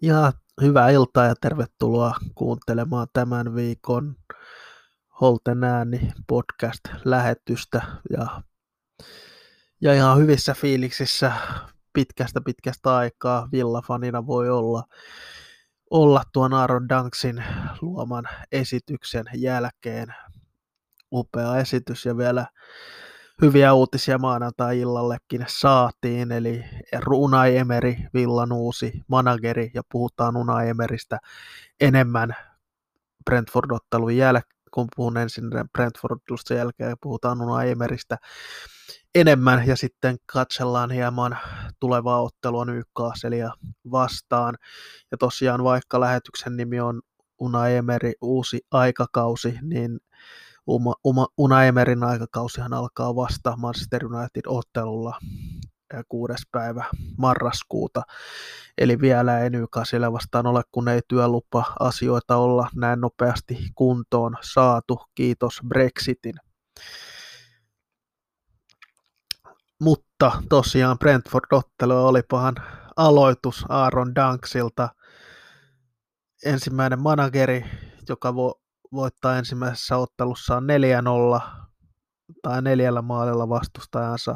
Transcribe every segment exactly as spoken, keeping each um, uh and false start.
Ja hyvää iltaa ja tervetuloa kuuntelemaan tämän viikon Holten ääni podcast-lähetystä. Ja, ja ihan hyvissä fiiliksissä pitkästä pitkästä aikaa Villa-fanina voi olla, olla tuon Aaron Dunksin luoman esityksen jälkeen. Upea esitys ja vielä hyviä uutisia maanantai-illallekin saatiin, eli Unai Emery, Villan uusi manageri, ja puhutaan Unai Emerystä enemmän Brentford-ottelun jälkeen, kun puhun ensin Brentford-ottelusta jälkeen, puhutaan Unai Emerystä enemmän, ja sitten katsellaan hieman tulevaa ottelua Newcastlea vastaan. Ja tosiaan vaikka lähetyksen nimi on Unai Emery uusi aikakausi, niin Uma, Uma, Unai Emeryn aikakausihan alkaa vasta Manchester United-ottelulla kuudes päivä marraskuuta. Eli vielä ei Newcastle vastaan ole, kun ei työlupa-asioita olla näin nopeasti kuntoon saatu. Kiitos Brexitin. Mutta tosiaan Brentford-ottelu olipahan aloitus Aaron Dunksilta. Ensimmäinen manageri, joka vo, voittaa ensimmäisessä ottelussaan neljä nolla tai neljällä maalilla vastustajansa.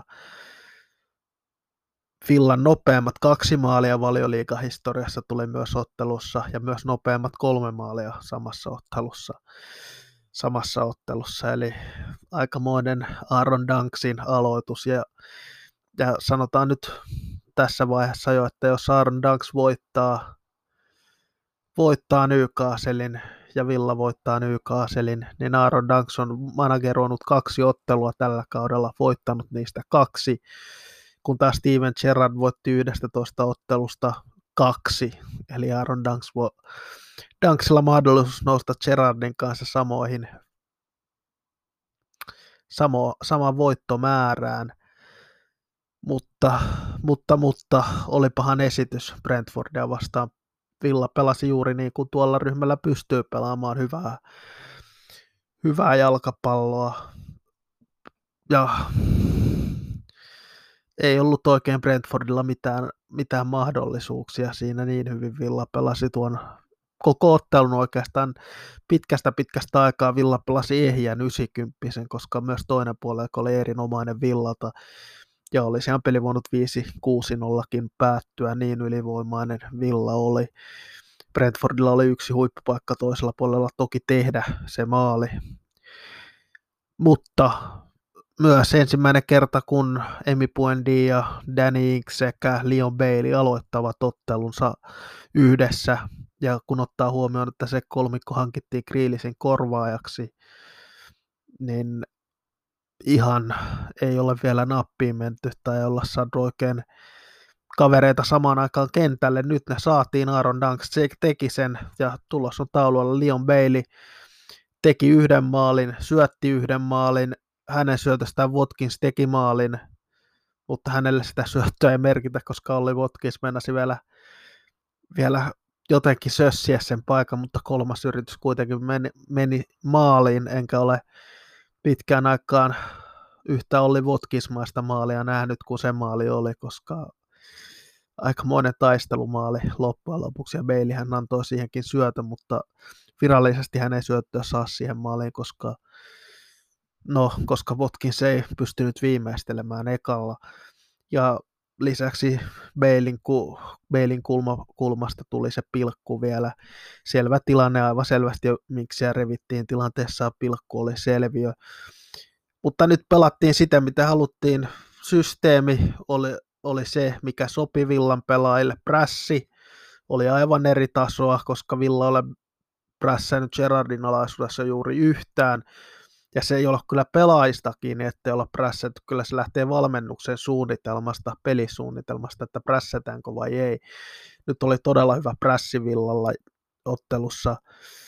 Villan nopeammat kaksi maalia Valioliigahistoriassa tuli myös ottelussa ja myös nopeammat kolme maalia samassa ottelussa. Samassa ottelussa, eli aikamoinen Aaron Dunksin aloitus. Ja, ja sanotaan nyt tässä vaiheessa jo, että jos Aaron Dunks voittaa, voittaa Newcastlen ja Villa voittaa Newcastlen, niin Aaron Dunks on manageroinut kaksi ottelua tällä kaudella, voittanut niistä kaksi, kun taas Steven Gerrard voitti yhdestätoista ottelusta kaksi, eli Aaron Dunks vo, Dunksilla mahdollisuus nousta Gerrardin kanssa samoihin, samo, samaan voittomäärään, mutta, mutta, mutta olipahan esitys Brentfordia vastaan. Villa pelasi juuri niin kuin tuolla ryhmällä pystyy pelaamaan hyvää, hyvää jalkapalloa, ja ei ollut oikein Brentfordilla mitään, mitään mahdollisuuksia siinä, niin hyvin Villa pelasi tuon koko ottelun oikeastaan pitkästä pitkästä aikaa. Villa pelasi ehjän yhdeksänkymmentä, koska myös toinen puolella oli erinomainen Villalta, ja olisi ihan peli voinut viisi kuusi nollakin päättyä, niin ylivoimainen Villa oli. Brentfordilla oli yksi huippupaikka toisella puolella toki tehdä se maali, mutta myös ensimmäinen kerta, kun Emi Buendia ja Danny Ings sekä Leon Bailey aloittavat ottelunsa yhdessä, ja kun ottaa huomioon, että se kolmikko hankittiin Grealishin korvaajaksi, niin ihan ei ole vielä nappiin menty tai olla saanut oikein kavereita samaan aikaan kentälle. Nyt ne saatiin, Aaron Dunks teki sen, ja tulos on taululla. Leon Bailey teki yhden maalin, syötti yhden maalin, hänen syötöstään Watkins teki maalin, mutta hänelle sitä syöttöä ei merkitä, koska Olli Watkins mennäsi vielä, vielä jotenkin sössiä sen paikan, mutta kolmas yritys kuitenkin meni, meni maaliin, enkä ole pitkään aikaan yhtä Olli Watkinsmaista maalia nähnyt kuin se maali oli, koska aikamoinen taistelumaali loppujen lopuksi, ja Baileyhän antoi siihenkin syötön, mutta virallisesti hän ei syöttöä saa siihen maaliin, koska No, koska Watkins ei pystynyt viimeistelemään ekalla. Ja lisäksi Bailin, ku, Bailin kulma, kulmasta tuli se pilkku vielä. Selvä tilanne, aivan selvästi miksi se revittiin tilanteessa, pilkku oli selviö. Mutta nyt pelattiin sitä, mitä haluttiin. Systeemi oli, oli se, mikä sopi Villan pelaajille. Prässi oli aivan eri tasoa, koska Villa ole prässännyt Gerrardin alaisuudessa juuri yhtään. Ja se ei ole kyllä pelaajistakin, ettei olla prässätty. Kyllä se lähtee valmennuksen suunnitelmasta, pelisuunnitelmasta, että prässätäänkö vai ei. Nyt oli todella hyvä prässi Villalla ottelussa.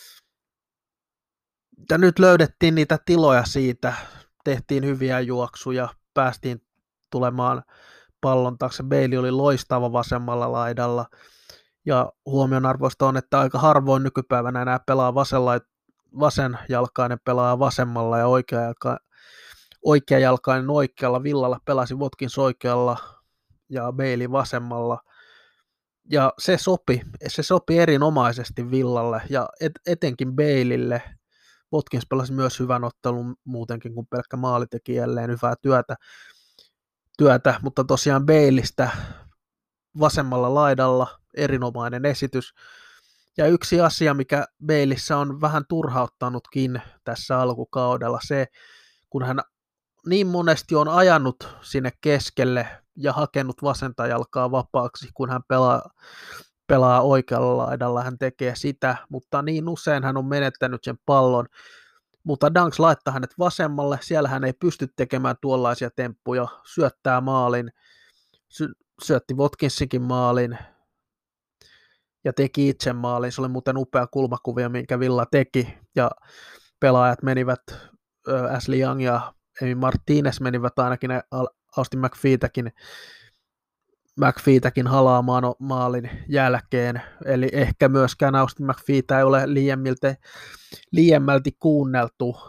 Ja nyt löydettiin niitä tiloja siitä. Tehtiin hyviä juoksuja, päästiin tulemaan pallon taakse. Bailey oli loistava vasemmalla laidalla. Ja huomionarvoista on, että aika harvoin nykypäivänä enää pelaa vasella vasenjalkainen pelaa vasemmalla ja oikeajalka, oikeajalkainen oikealla. Villalla pelasi Watkins oikealla ja Bailey vasemmalla. Ja se sopi, se sopi erinomaisesti Villalle ja et, etenkin Baleille. Watkins pelasi myös hyvän ottelun muutenkin kuin pelkkä maali teki jälleen hyvää työtä, työtä mutta tosiaan Baleista vasemmalla laidalla erinomainen esitys. Ja yksi asia, mikä Baleissä on vähän turhauttanutkin tässä alkukaudella, se, kun hän niin monesti on ajanut sinne keskelle ja hakenut vasenta jalkaa vapaaksi, kun hän pelaa, pelaa oikealla laidalla, hän tekee sitä, mutta niin usein hän on menettänyt sen pallon, mutta Dunks laittaa hänet vasemmalle, siellä hän ei pysty tekemään tuollaisia temppuja, syöttää maalin, sy- syötti Watkinsinkin maalin ja teki itse maalin, se oli muuten upea kulmakuvia, minkä Villa teki, ja pelaajat menivät, Ashley Young ja Emi Martinez menivät ainakin Austin McPheetäkin, McPheetäkin halaamaan maalin jälkeen, eli ehkä myöskään Austin McPheetä ei ole liiemmälti, liiemmälti kuunneltu,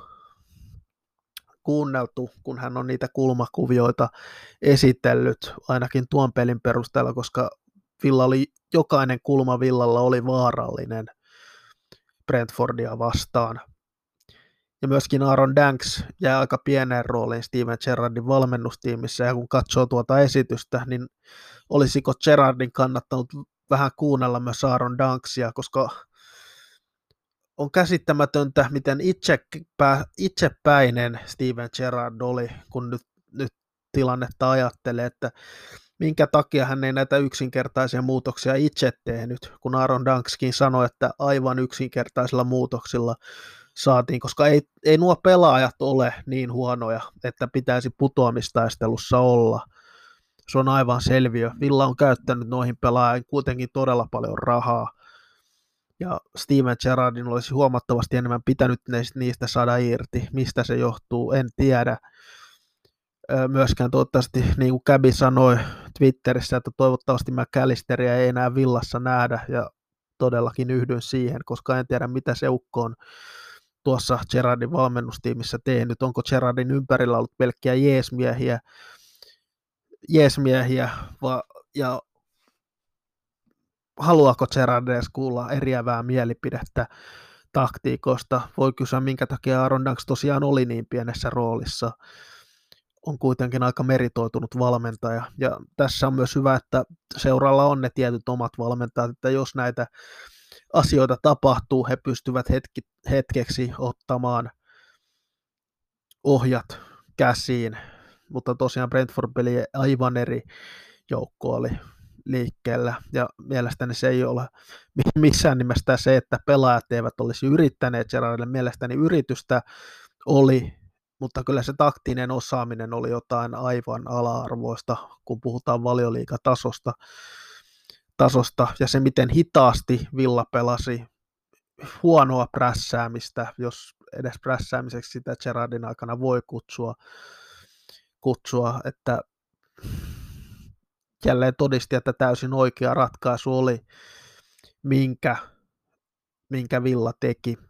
kuunneltu, kun hän on niitä kulmakuvioita esitellyt, ainakin tuon pelin perusteella, koska Villa oli, jokainen kulma Villalla oli vaarallinen Brentfordia vastaan. Ja myöskin Aaron Danks jää aika pieneen rooliin Steven Gerrardin valmennustiimissä, ja kun katsoo tuota esitystä, niin olisiko Gerrardin kannattanut vähän kuunnella myös Aaron Danksia, koska on käsittämätöntä, miten itsepä, itsepäinen Steven Gerrard oli, kun nyt, nyt tilannetta ajattelee, että minkä takia hän ei näitä yksinkertaisia muutoksia itse tehnyt, kun Aaron Dankskin sanoi, että aivan yksinkertaisilla muutoksilla saatiin, koska ei, ei nuo pelaajat ole niin huonoja, että pitäisi putoamistaistelussa olla. Se on aivan selviö. Villa on käyttänyt noihin pelaajiin kuitenkin todella paljon rahaa, ja Steven Gerrardin olisi huomattavasti enemmän pitänyt niistä saada irti. Mistä se johtuu, en tiedä. Myöskään toivottavasti, niin kuin Käbi sanoi Twitterissä, että toivottavasti McAllisteria ei enää Villassa nähdä, ja todellakin yhdyn siihen, koska en tiedä, mitä se ukko on tuossa Gerrardin valmennustiimissä tehnyt. Onko Gerrardin ympärillä ollut pelkkiä jeesmiehiä, jeesmiehiä va, ja haluaako Gerrard edes kuulla eriävää mielipidettä taktiikoista? Voi kysyä, minkä takia Aaron Danks tosiaan oli niin pienessä roolissa. On kuitenkin aika meritoitunut valmentaja. Ja tässä on myös hyvä, että seuralla on ne tietyt omat valmentajat, että jos näitä asioita tapahtuu, he pystyvät hetki, hetkeksi ottamaan ohjat käsiin. Mutta tosiaan Brentford-peli aivan eri joukko oli liikkeellä, ja mielestäni se ei ole missään nimessä se, että pelaajat eivät olisi yrittäneet Gerrardille. Mielestäni yritystä oli, mutta kyllä se taktinen osaaminen oli jotain aivan ala-arvoista, kun puhutaan Valioliigatasosta, tasosta, ja se miten hitaasti Villa pelasi, huonoa prässäämistä, jos edes prässäämiseksi sitä Gerrardin aikana voi kutsua, kutsua että jälleen todisti, että täysin oikea ratkaisu oli, minkä, minkä Villa teki.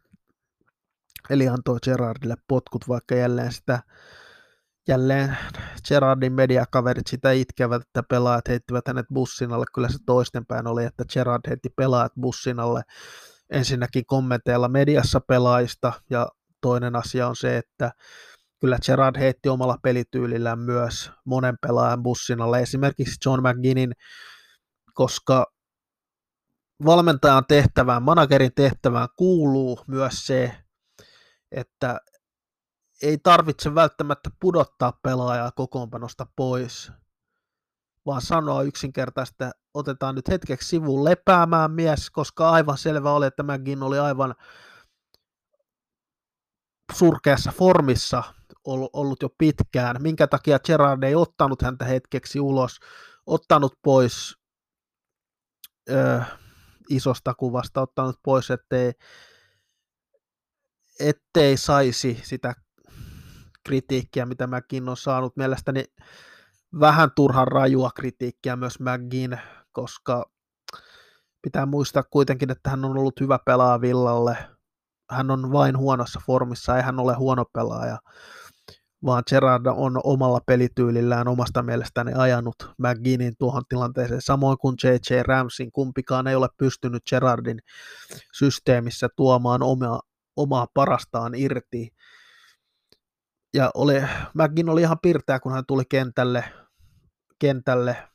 Eli antoi Gerrardille potkut, vaikka jälleen sitä jälleen Gerrardin mediakaverit sitä itkevät, että pelaajat heittivät hänet bussin alle. Kyllä se toistenpäin oli, että Gerrard heitti pelaajat bussin alle ensinnäkin kommenteilla mediassa pelaajista, ja toinen asia on se, että kyllä Gerrard heitti omalla pelityylillään myös monen pelaajan bussin alle, esimerkiksi John McGinnin, koska valmentajan tehtävään, managerin tehtävään kuuluu myös se, että ei tarvitse välttämättä pudottaa pelaajaa kokoonpanosta pois, vaan sanoa yksinkertaisesti, että otetaan nyt hetkeksi sivuun lepäämään mies, koska aivan selvä oli, että McGinn oli aivan surkeassa formissa ollut jo pitkään, minkä takia Gerrard ei ottanut häntä hetkeksi ulos, ottanut pois ö, isosta kuvasta, ottanut pois, ettei, ettei saisi sitä kritiikkiä, mitä McGinn on saanut. Mielestäni vähän turhan rajua kritiikkiä myös McGinn, koska pitää muistaa kuitenkin, että hän on ollut hyvä pelaaja Villalle. Hän on vain huonossa formissa, ei hän ole huono pelaaja. vaan Gerrard on omalla pelityylillään omasta mielestäni ajanut McGinnin tuohon tilanteeseen, samoin kuin J J Ramsin, kumpikaan ei ole pystynyt Gerrardin systeemissä tuomaan omaa, omaa parastaan irti. Ja oli, McGinn oli ihan pirteä, kun hän tuli kentälle, kentälle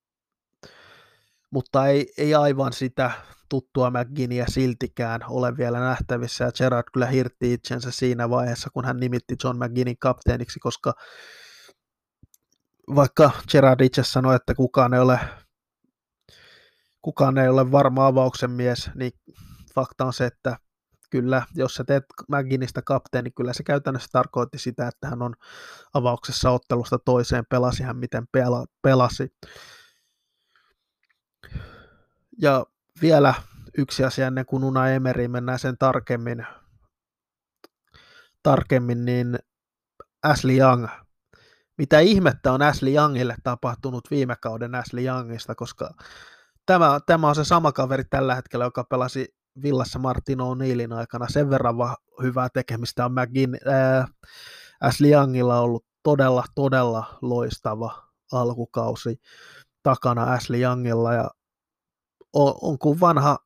mutta ei, ei aivan sitä tuttua McGinniä siltikään ole vielä nähtävissä, ja Gerrard kyllä hirtti itsensä siinä vaiheessa, kun hän nimitti John McGinnin kapteeniksi, koska vaikka Gerrard itse sanoi, että kukaan ei ole, kukaan ei ole varma avauksen mies, niin fakta on se, että kyllä, jos sä teet McGinnistä kapteeni, niin kyllä se käytännössä tarkoitti sitä, että hän on avauksessa ottelusta toiseen, pelasi hän miten pela, pelasi. Ja vielä yksi asia ennen kuin Unai Emery mennään sen tarkemmin, tarkemmin, niin Ashley Young. Mitä ihmettä on Ashley Youngille tapahtunut viime kauden Ashley Youngista, koska tämä, tämä on se sama kaveri tällä hetkellä, joka pelasi Villassa Martin O'Neillin aikana. Sen verran va- hyvää tekemistä on McGinn, ää, Ashley Youngilla ollut todella, todella loistava alkukausi takana Ashley Youngilla, ja on, on kuin vanha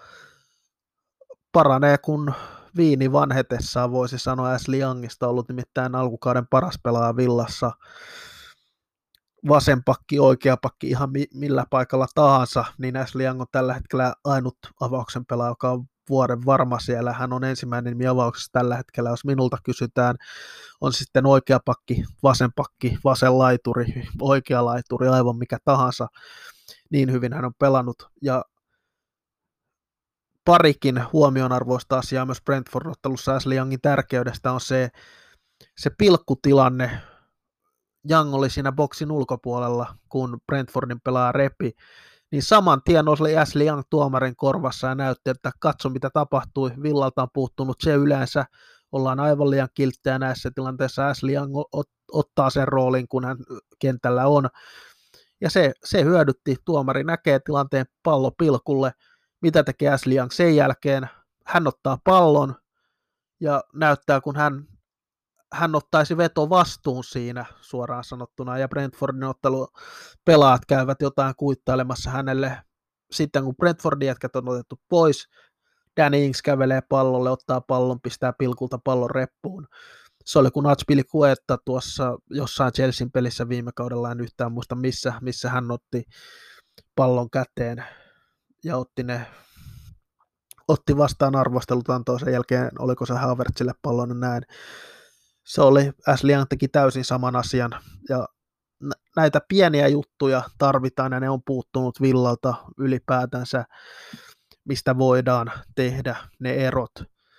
paranee kun viini vanhetessaan, voisi sanoa. Ashley Youngista ollut nimittäin alkukauden paras pelaaja Villassa. Vasenpakki, oikeapakki, ihan mi- millä paikalla tahansa, niin Ashley Young on tällä hetkellä ainut avauksen pelaaja, joka on vuoden varma siellä. Hän on ensimmäinen nimi avauksessa tällä hetkellä, jos minulta kysytään. On sitten oikeapakki, vasenpakki, vasen laituri, oikea laituri, aivan mikä tahansa. Niin hyvin hän on pelannut, ja parikin huomionarvoista asiaa myös Brentford-ottelussa Ashley Youngin tärkeydestä on se, se pilkkutilanne. Young oli siinä boksin ulkopuolella, kun Brentfordin pelaaja repi, niin saman tien oli Ashley Young tuomarin korvassa ja näytti, että katso mitä tapahtui, Villalta on puuttunut se yleensä, ollaan aivan liian kilttejä näissä tilanteissa, Ashley Young ot, ottaa sen roolin, kun hän kentällä on, ja se, se hyödytti, tuomari näkee tilanteen pallo pilkulle, mitä tekee Ashley Young sen jälkeen, hän ottaa pallon, ja näyttää, kun hän hän ottaisi vetovastuun siinä suoraan sanottuna, ja Brentfordin ottelu pelaat käyvät jotain kuittailemassa hänelle. Sitten kun Brentfordin jätkät on otettu pois, Danny Ings kävelee pallolle, ottaa pallon, pistää pilkulta pallon reppuun. Se oli kun Azpilicueta tuossa jossain Chelsean pelissä viime kaudella, en yhtään muista missä, missä hän otti pallon käteen ja otti ne otti vastaan arvostelut, antoi sen jälkeen, oliko se Havertzille pallon ja näin. Se oli, Ashley Young teki täysin saman asian, ja näitä pieniä juttuja tarvitaan, ja ne on puuttunut Villalta ylipäätänsä, mistä voidaan tehdä ne erot.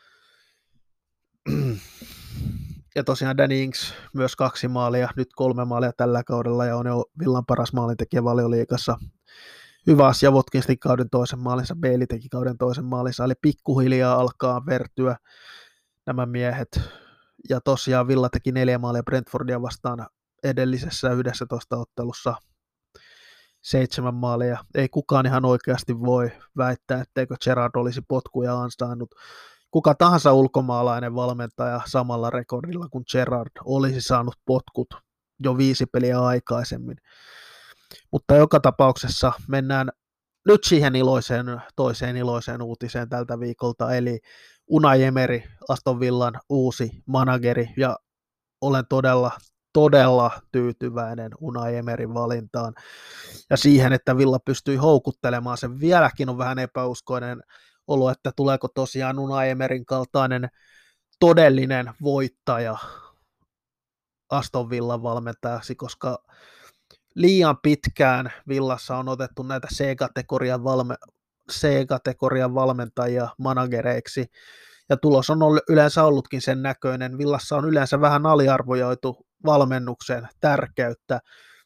Ja tosiaan Danny Ings myös kaksi maalia, nyt kolme maalia tällä kaudella, ja on jo Villan paras maalintekijä Valioliigassa. Hyvä asia, Watkins teki kauden toisen maalinsa, Bailey teki kauden toisen maalinsa, eli pikkuhiljaa alkaa vertyä nämä miehet. Ja tosiaan Villa teki neljä maalia Brentfordia vastaan edellisessä yhdentoista ottelussa, seitsemän maalia. Ei kukaan ihan oikeasti voi väittää, etteikö Gerrard olisi potkuja ansainnut. Kuka tahansa ulkomaalainen valmentaja samalla rekordilla kuin Gerrard olisi saanut potkut jo viisi peliä aikaisemmin. Mutta joka tapauksessa mennään nyt siihen iloiseen, toiseen iloiseen uutiseen tältä viikolta, eli Unai Emery, Aston Villan uusi manageri, ja olen todella, todella tyytyväinen Unai Emeryn valintaan ja siihen, että Villa pystyi houkuttelemaan sen. Vieläkin on vähän epäuskoinen olo, että tuleeko tosiaan Unai Emeryn kaltainen todellinen voittaja Aston Villan valmentajaksi, koska liian pitkään Villassa on otettu näitä C-kategorian, valme, C-kategorian valmentajia managereiksi, ja tulos on yleensä ollutkin sen näköinen. Villassa on yleensä vähän aliarvojoitu valmennuksen tärkeyttä,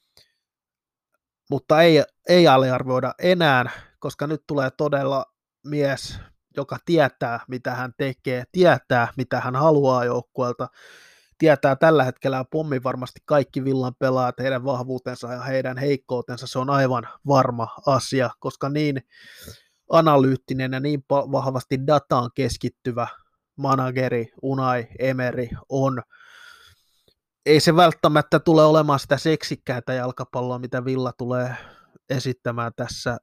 mutta ei, ei aliarvoida enää, koska nyt tulee todella mies, joka tietää, mitä hän tekee, tietää, mitä hän haluaa joukkueelta, tietää tällä hetkellä pommin varmasti kaikki Villan pelaajat, heidän vahvuutensa ja heidän heikkoutensa, se on aivan varma asia, koska niin analyyttinen ja niin vahvasti dataan keskittyvä manageri Unai Emery on. ei se välttämättä tule olemaan sitä seksikkäitä jalkapalloa, mitä Villa tulee esittämään tässä,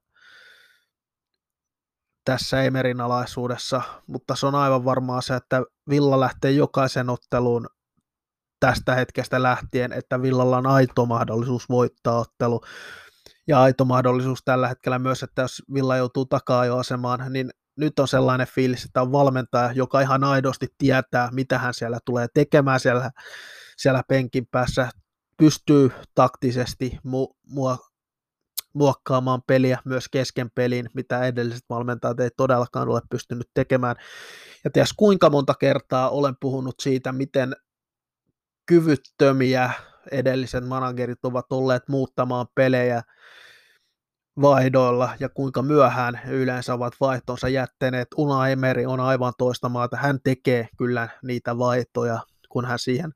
tässä Emerin alaisuudessa, mutta se on aivan varmaa se, että Villa lähtee jokaisen otteluun tästä hetkestä lähtien, että Villalla on aito mahdollisuus voittaa ottelu, ja aito mahdollisuus tällä hetkellä myös, että jos Villa joutuu taka-ajoasemaan, niin nyt on sellainen fiilis, että on valmentaja, joka ihan aidosti tietää, mitä hän siellä tulee tekemään siellä, siellä penkin päässä, pystyy taktisesti mu- mua, muokkaamaan peliä myös kesken pelin, mitä edelliset valmentajat ei todellakaan ole pystynyt tekemään. Ja ties kuinka monta kertaa olen puhunut siitä, miten kyvyttömiä edelliset managerit ovat olleet muuttamaan pelejä vaihdoilla ja kuinka myöhään he yleensä ovat vaihtonsa jättäneet. Unai Emery on aivan toista maata. Hän tekee kyllä niitä vaihtoja, kun hän siihen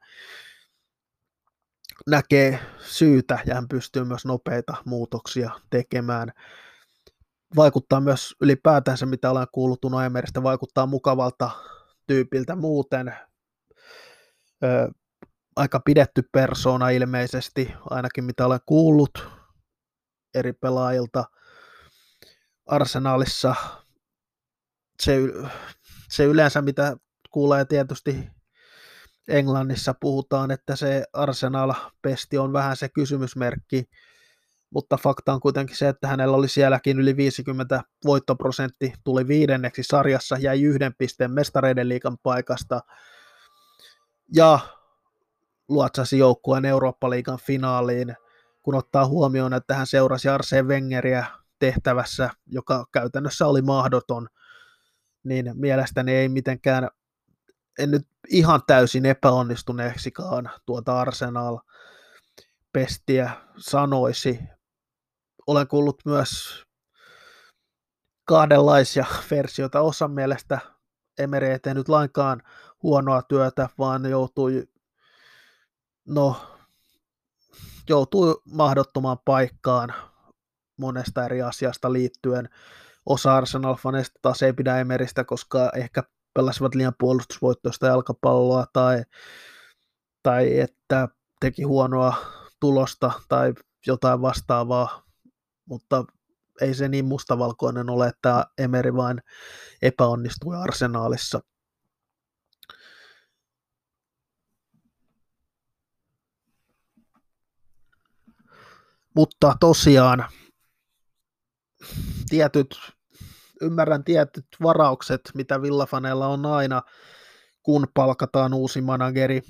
näkee syytä ja hän pystyy myös nopeita muutoksia tekemään. Vaikuttaa myös ylipäätänsä, mitä olen kuullut Unai Emerystä, vaikuttaa mukavalta tyypiltä muuten. Ö, aika pidetty persoona ilmeisesti, ainakin mitä olen kuullut eri pelaajilta Arsenalissa. Se, se yleensä, mitä kuulee tietysti Englannissa puhutaan, että se Arsenal-pesti on vähän se kysymysmerkki, mutta fakta on kuitenkin se, että hänellä oli sielläkin yli viisikymmentä voittoprosentti, tuli viidenneksi sarjassa, jäi yhden pisteen mestareiden liigan paikasta ja luotsasi joukkueen Eurooppa-liigan finaaliin, kun ottaa huomioon, että hän seurasi Arsene Wengeriä tehtävässä, joka käytännössä oli mahdoton, niin mielestäni ei mitenkään, en nyt ihan täysin epäonnistuneeksikaan tuota Arsenal-pestiä sanoisi. Olen kuullut myös kahdenlaisia versioita. Osan mielestä Emery ei tehnyt lainkaan huonoa työtä, vaan joutui, no, joutui mahdottomaan paikkaan monesta eri asiasta liittyen. Osa Arsenal-faneista taas ei pidä Emerystä, koska ehkä pelasivat liian puolustusvoittoista jalkapalloa tai, tai että teki huonoa tulosta tai jotain vastaavaa, mutta ei se niin mustavalkoinen ole, että Emery vain epäonnistui Arsenalissa. Mutta tosiaan tietyt, ymmärrän tietyt varaukset, mitä Villafaneilla on aina, kun palkataan uusi manageri,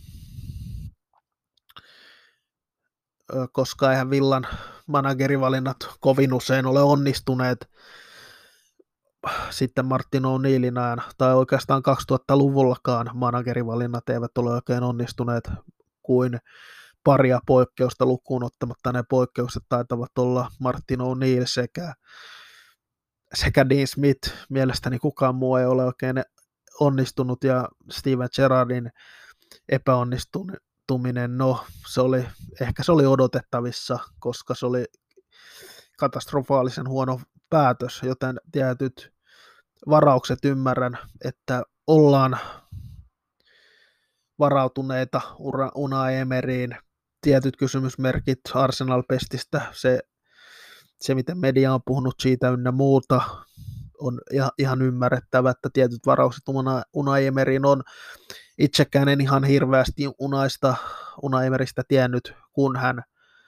koska eihän Villan managerivalinnat kovin usein ole onnistuneet sitten Martin O'Neillin ajan, tai oikeastaan kaksituhattaluvullakaan managerivalinnat eivät ole oikein onnistuneet kuin paria poikkeusta lukuun ottamatta. Ne poikkeukset taitavat olla Martin O'Neill sekä, sekä Dean Smith. Mielestäni kukaan muu ei ole oikein onnistunut, ja Steven Gerrardin epäonnistuminen, no se oli, ehkä se oli odotettavissa, koska se oli katastrofaalisen huono päätös, joten tietyt varaukset ymmärrän, että ollaan varautuneita Unai Emeryyn. Tietyt kysymysmerkit Arsenal-pestistä, se, se miten media on puhunut siitä ynnä muuta, on ihan ymmärrettävä, että tietyt varaukset Unai Emeryyn on. Itsekään en ihan hirveästi Unaista, Unai Emerystä tiennyt, kun hän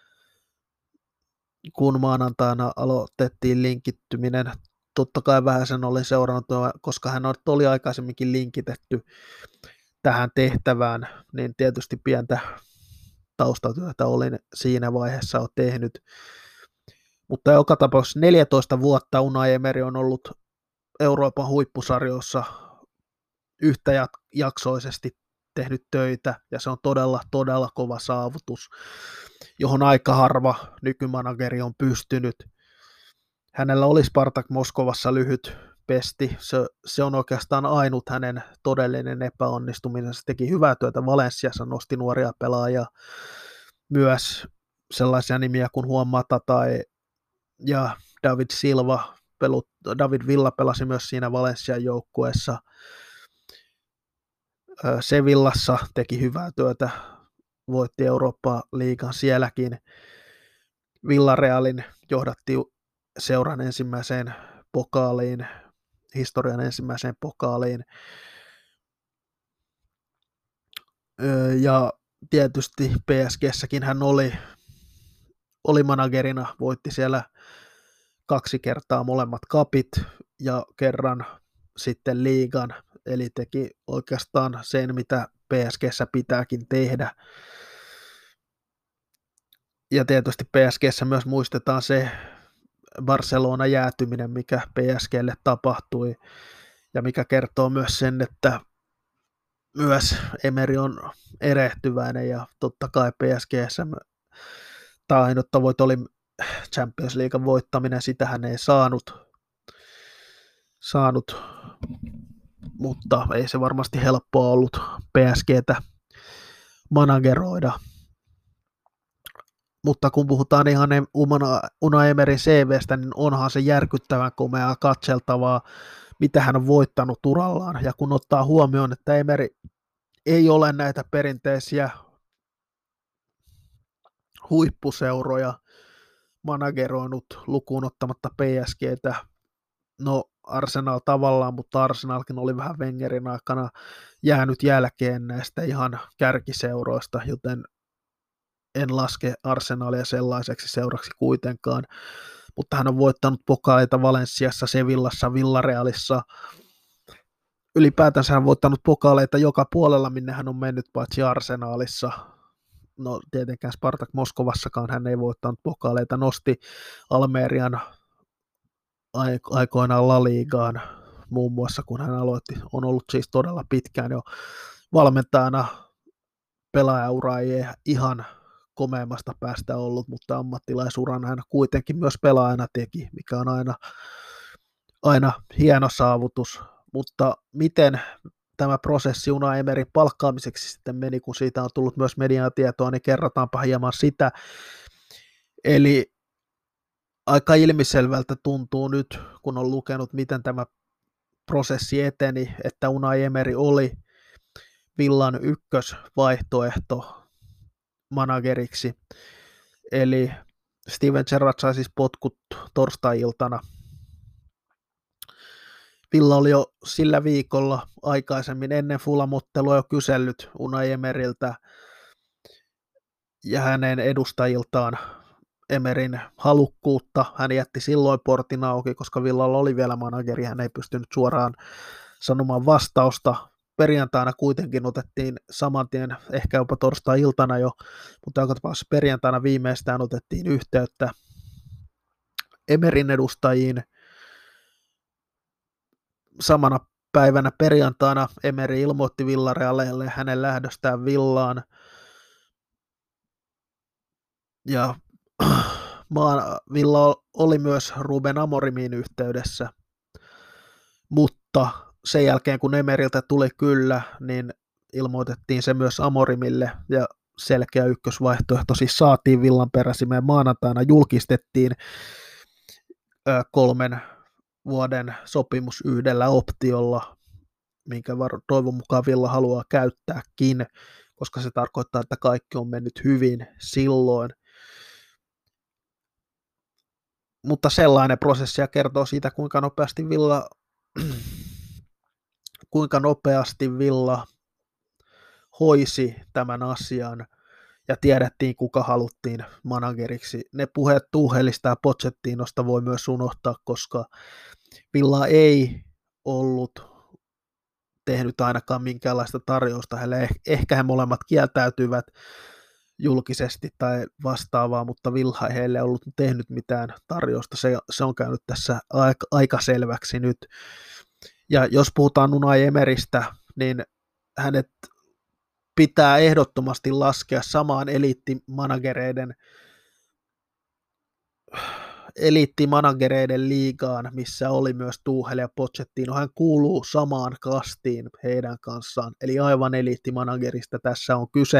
kun maanantaina aloitettiin linkittyminen. Totta kai vähän sen olin seurannut, koska hän oli aikaisemminkin linkitetty tähän tehtävään, niin tietysti pientä taustatyötä olin siinä vaiheessa jo tehnyt. Mutta joka tapauksessa neljätoista vuotta Unai Emery on ollut Euroopan huippusarjoissa yhtäjaksoisesti tehnyt töitä, ja se on todella, todella kova saavutus, johon aika harva nykymanageri on pystynyt. Hänellä oli Spartak Moskovassa lyhyt pesti, se, se on oikeastaan ainut hänen todellinen epäonnistuminen. Se teki hyvää työtä Valenssiassa, nosti nuoria pelaajia, myös sellaisia nimiä kuin Juan Mata tai ja David Silva, pelut, David Villa pelasi myös siinä Valenssian joukkueessa. Sevillassa teki hyvää työtä voitti Eurooppa-liigan sielläkin. Villarealin johdatti seuran ensimmäiseen pokaaliin, historian ensimmäiseen pokaaliin. Ja tietysti P S G:ssäkin hän oli, oli managerina, voitti siellä kaksi kertaa molemmat kapit ja kerran sitten liigan, eli teki oikeastaan sen, mitä P S G:ssä pitääkin tehdä. Ja tietysti P S G:ssä myös muistetaan se Barcelona jäätyminen, mikä P S G:lle tapahtui, ja mikä kertoo myös sen, että myös Emery on erehtyväinen, ja totta kai P S G:ssä tämä ainut tavoite oli Champions Leaguean voittaminen, sitä hän ei saanut, saanut, mutta ei se varmasti helppoa ollut P S G:tä manageroida. Mutta kun puhutaan ihan Unai Emeryn C V:stä, niin onhan se järkyttävän komeaa katseltavaa, mitä hän on voittanut urallaan. Ja kun ottaa huomioon, että Emery ei ole näitä perinteisiä huippuseuroja manageroinut lukuun ottamatta P S G:tä, no Arsenal tavallaan, mutta Arsenalkin oli vähän Wengerin aikana jäänyt jälkeen näistä ihan kärkiseuroista, joten en laske Arsenalia sellaiseksi seuraksi kuitenkaan, mutta hän on voittanut pokaaleita Valensiassa, Sevillassa, Villarealissa. Ylipäätänsä hän on voittanut pokaaleita joka puolella, minne hän on mennyt, paitsi Arsenalissa. No tietenkään Spartak Moskovassakaan hän ei voittanut pokaaleita, nosti Almerian aikoinaan La Ligaan, muun muassa kun hän aloitti, on ollut siis todella pitkään jo valmentajana, pelaajaura ei ihan komeammasta päästä ollut, mutta ammattilaisuran hän kuitenkin myös pelaajana teki, mikä on aina, aina hieno saavutus, mutta miten tämä prosessi Unai Emeryn palkkaamiseksi sitten meni, kun siitä on tullut myös mediatietoa, niin kerrotaanpa hieman sitä. Eli aika ilmiselvältä tuntuu nyt, kun on lukenut, miten tämä prosessi eteni, että Unai Emery oli Villan ykkösvaihtoehto manageriksi. Eli Steven Gerrard sai siis potkut torstai-iltana. Villa oli jo sillä viikolla aikaisemmin ennen Fulham-ottelua jo kysellyt Unai Emeryltä ja hänen edustajiltaan Emeryn halukkuutta. Hän jätti silloin portin auki, koska Villalla oli vielä manageri, hän ei pystynyt suoraan sanomaan vastausta. Perjantaina kuitenkin otettiin saman tien, ehkä jopa torstai-iltana jo, mutta joka tapauksessa perjantaina viimeistään otettiin yhteyttä Emeryn edustajiin. Samana päivänä perjantaina Emery ilmoitti Villarealille hänen lähdöstään Villaan. Ja Villa oli myös Ruben Amorimin yhteydessä, mutta sen jälkeen kun Emeryltä tuli kyllä, niin ilmoitettiin se myös Amorimille ja selkeä ykkösvaihtoehto siis saatiin Villan peräsimeen. Maanantaina julkistettiin kolmen vuoden sopimus yhdellä optiolla, minkä var- toivon mukaan Villa haluaa käyttääkin, koska se tarkoittaa, että kaikki on mennyt hyvin silloin. Mutta sellainen prosessi kertoo siitä, kuinka nopeasti Villa, kuinka nopeasti Villa hoisi tämän asian ja tiedettiin, kuka haluttiin manageriksi. Ne puheet Tuchelista ja Pochettinosta voi myös unohtaa, koska Villa ei ollut tehnyt ainakaan minkäänlaista tarjousta heille. Ehkä he molemmat kieltäytyvät julkisesti tai vastaavaa, mutta Villa ei heille ollut tehnyt mitään tarjousta. Se, se on käynyt tässä aika, aika selväksi nyt. Ja jos puhutaan Unai Emerystä, niin hänet pitää ehdottomasti laskea samaan eliittimanagereiden eliittimanagereiden liigaan, missä oli myös Tuchel ja Pochettino. Hän kuuluu samaan kastiin heidän kanssaan, eli aivan eliittimanagerista tässä on kyse.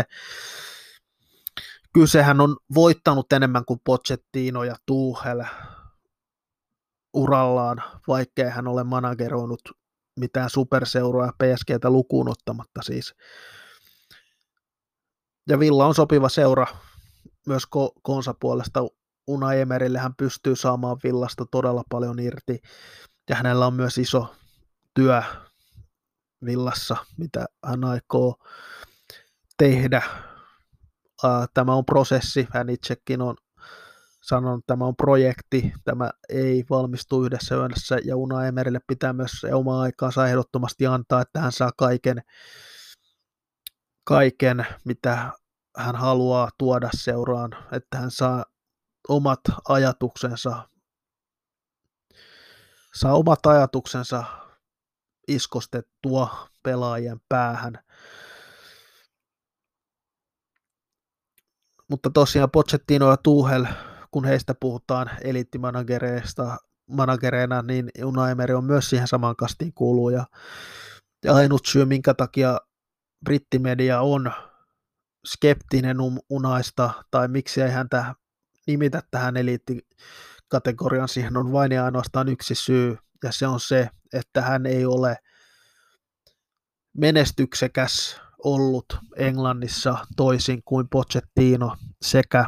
Kysehän on voittanut enemmän kuin Pochettino ja Tuchel urallaan, vaikkei hän ole manageroinut mitään superseuroja P S G:tä lukuun ottamatta siis. Ja Villa on sopiva seura myös Ko- Konsa puolesta. Unai Emerylle hän pystyy saamaan Villasta todella paljon irti, ja hänellä on myös iso työ Villassa, mitä hän aikoo tehdä. Tämä on prosessi, hän itsekin on sanonut, että tämä on projekti, tämä ei valmistu yhdessä yössä, ja Unai Emerylle pitää myös omaa aikaansa ehdottomasti antaa, että hän saa kaiken, kaiken, mitä hän haluaa tuoda seuraan, että hän saa omat ajatuksensa, saa omat ajatuksensa iskostettua pelaajien päähän. Mutta tosiaan Pochettino ja Tuchel, kun heistä puhutaan eliittimanagereista, managereina, niin Unai Emery on myös siihen samaan kastiin kuuluu, ja, ja ainut syy, minkä takia brittimedia on skeptinen Unaista, tai miksi ei häntä nimitä tähän eliittikategoriaan, siihen on vain ja ainoastaan yksi syy, ja se on se, että hän ei ole menestyksekäs ollut Englannissa toisin kuin Pochettino sekä,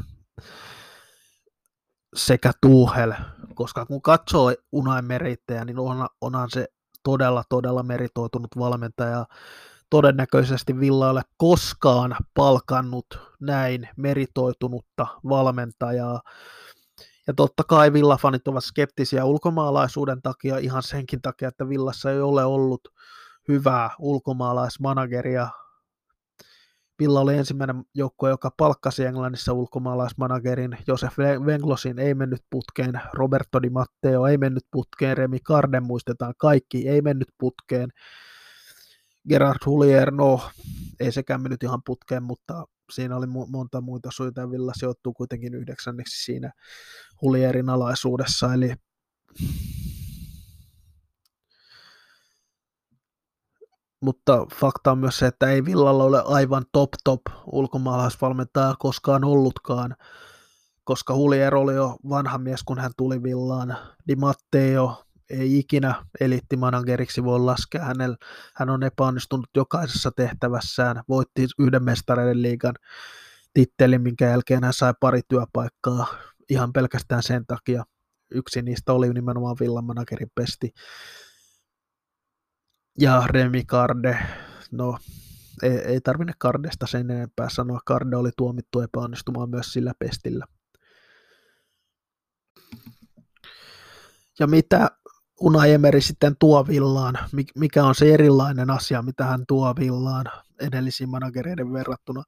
sekä Tuchel, koska kun katsoo Unai merittäjä, niin on, onhan se todella, todella meritoitunut valmentaja. Todennäköisesti Villa ei ole koskaan palkannut näin meritoitunutta valmentajaa. Ja totta kai Villa-fanit ovat skeptisiä ulkomaalaisuuden takia, ihan senkin takia, että Villassa ei ole ollut hyvää ulkomaalaismanageria. Villa oli ensimmäinen joukkue, joka palkkasi Englannissa ulkomaalaismanagerin. Josef Venglosin ei mennyt putkeen, Roberto Di Matteo ei mennyt putkeen, Remi Carden muistetaan kaikki, ei mennyt putkeen. Gerard Houllier, no ei sekään mennyt ihan putkeen, mutta siinä oli monta muita syitä, ja Villa sijoittuu kuitenkin yhdeksänneksi siinä Houlierin alaisuudessa, eli mutta fakta on myös se, että ei Villalla ole aivan top top ulkomaalaisvalmentajaa koskaan ollutkaan, koska Houllier oli jo vanha mies, kun hän tuli Villaan. Di Matteo ei ikinä eliittimanageriksi voi laskea. Hänellä, hän on epäonnistunut jokaisessa tehtävässään, voitti yhden mestareiden liigan tittelin, minkä jälkeen hän sai pari työpaikkaa ihan pelkästään sen takia. Yksi niistä oli nimenomaan Villan managerin pesti. Ja Remi Carde, no ei, ei tarvinne Cardesta sen enempää sanoa, Carde oli tuomittu epäonnistumaan myös sillä pestillä. Ja mitä Unai Emery sitten tuo Villaan, mikä on se erilainen asia, mitä hän tuo Villaan edellisiin managereiden verrattuna?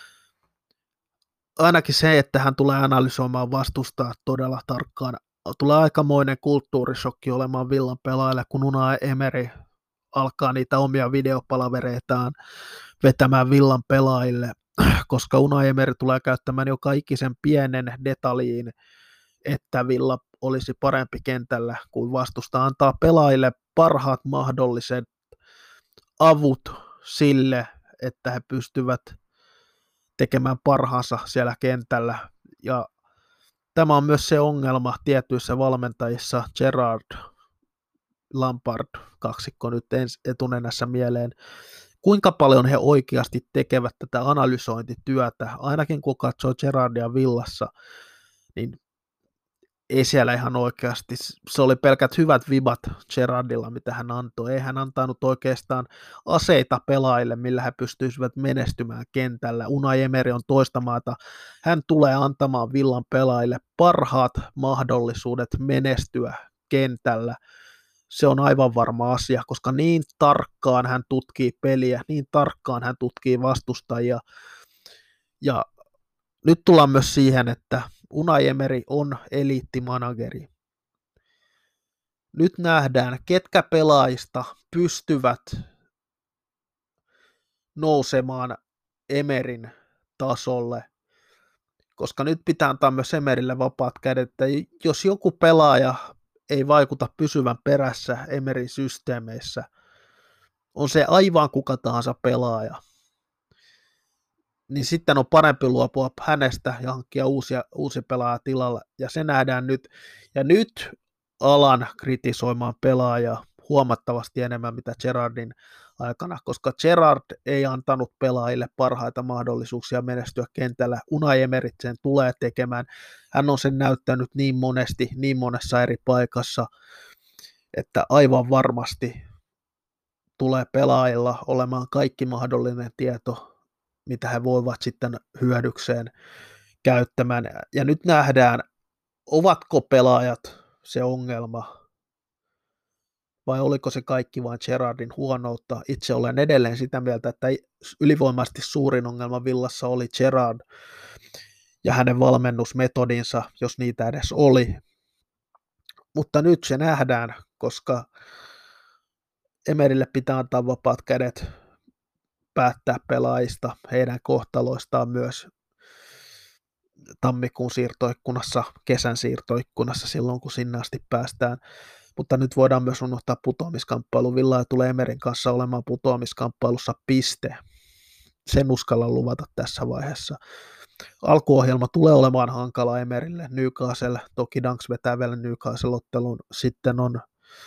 Ainakin se, että hän tulee analysoimaan vastustaa todella tarkkaan. Tulee aikamoinen kulttuurishokki olemaan Villan pelaajille, kun Unai Emery alkaa niitä omia videopalavereitaan vetämään Villan pelaajille, koska Unai Emery tulee käyttämään joka ikisen pienen detaljiin, että Villa olisi parempi kentällä kuin vastusta, antaa pelaajille parhaat mahdolliset avut sille, että he pystyvät tekemään parhaansa siellä kentällä. Ja tämä on myös se ongelma tietyissä valmentajissa, Gerrard, Lampard, kaksikko nyt etunenässä mieleen, kuinka paljon he oikeasti tekevät tätä analysointityötä, ainakin kun katsoo Gerrardia Villassa, niin ei siellä ihan oikeasti, se oli pelkät hyvät vibat Gerrardilla, mitä hän antoi, ei hän antanut oikeastaan aseita pelaajille, millä he pystyisivät menestymään kentällä. Unai Emery on toista maata, hän tulee antamaan Villan pelaajille parhaat mahdollisuudet menestyä kentällä. Se on aivan varma asia, koska niin tarkkaan hän tutkii peliä, niin tarkkaan hän tutkii vastustajia. Ja nyt tullaan myös siihen, että Unai Emery on eliittimanageri. Nyt nähdään, ketkä pelaajista pystyvät nousemaan Emeryn tasolle, koska nyt pitää antaa myös Emerylle vapaat kädet, että jos joku pelaaja ei vaikuta pysyvän perässä Emeryn systeemeissä, on se aivan kuka tahansa pelaaja, niin sitten on parempi luopua hänestä ja hankkia uusia, uusi pelaaja tilalla, ja se nähdään nyt, ja nyt alan kritisoimaan pelaajaa huomattavasti enemmän, mitä Gerrardin aikana, koska Gerrard ei antanut pelaajille parhaita mahdollisuuksia menestyä kentällä. Unai Emery sen tulee tekemään. Hän on sen näyttänyt niin monesti, niin monessa eri paikassa, että aivan varmasti tulee pelaajilla olemaan kaikki mahdollinen tieto, mitä he voivat sitten hyödykseen käyttämään. Ja nyt nähdään, ovatko pelaajat se ongelma, vai oliko se kaikki vain Gerrardin huonoutta. Itse olen edelleen sitä mieltä, että ylivoimaisesti suurin ongelma Villassa oli Gerrard ja hänen valmennusmetodinsa, jos niitä edes oli. Mutta nyt se nähdään, koska Emerylle pitää antaa vapaat kädet päättää pelaajista, heidän kohtaloistaan myös tammikuun siirtoikkunassa, kesän siirtoikkunassa silloin, kun sinne asti päästään. Mutta nyt voidaan myös unohtaa putoamiskamppailu. Villa tulee Emeryn kanssa olemaan putoamiskamppailussa piste. Sen uskallan luvata tässä vaiheessa. Alkuohjelma tulee olemaan hankala Emerylle. Newcastle, toki Dunks vetää vielä Newcastle-ottelun. Sitten on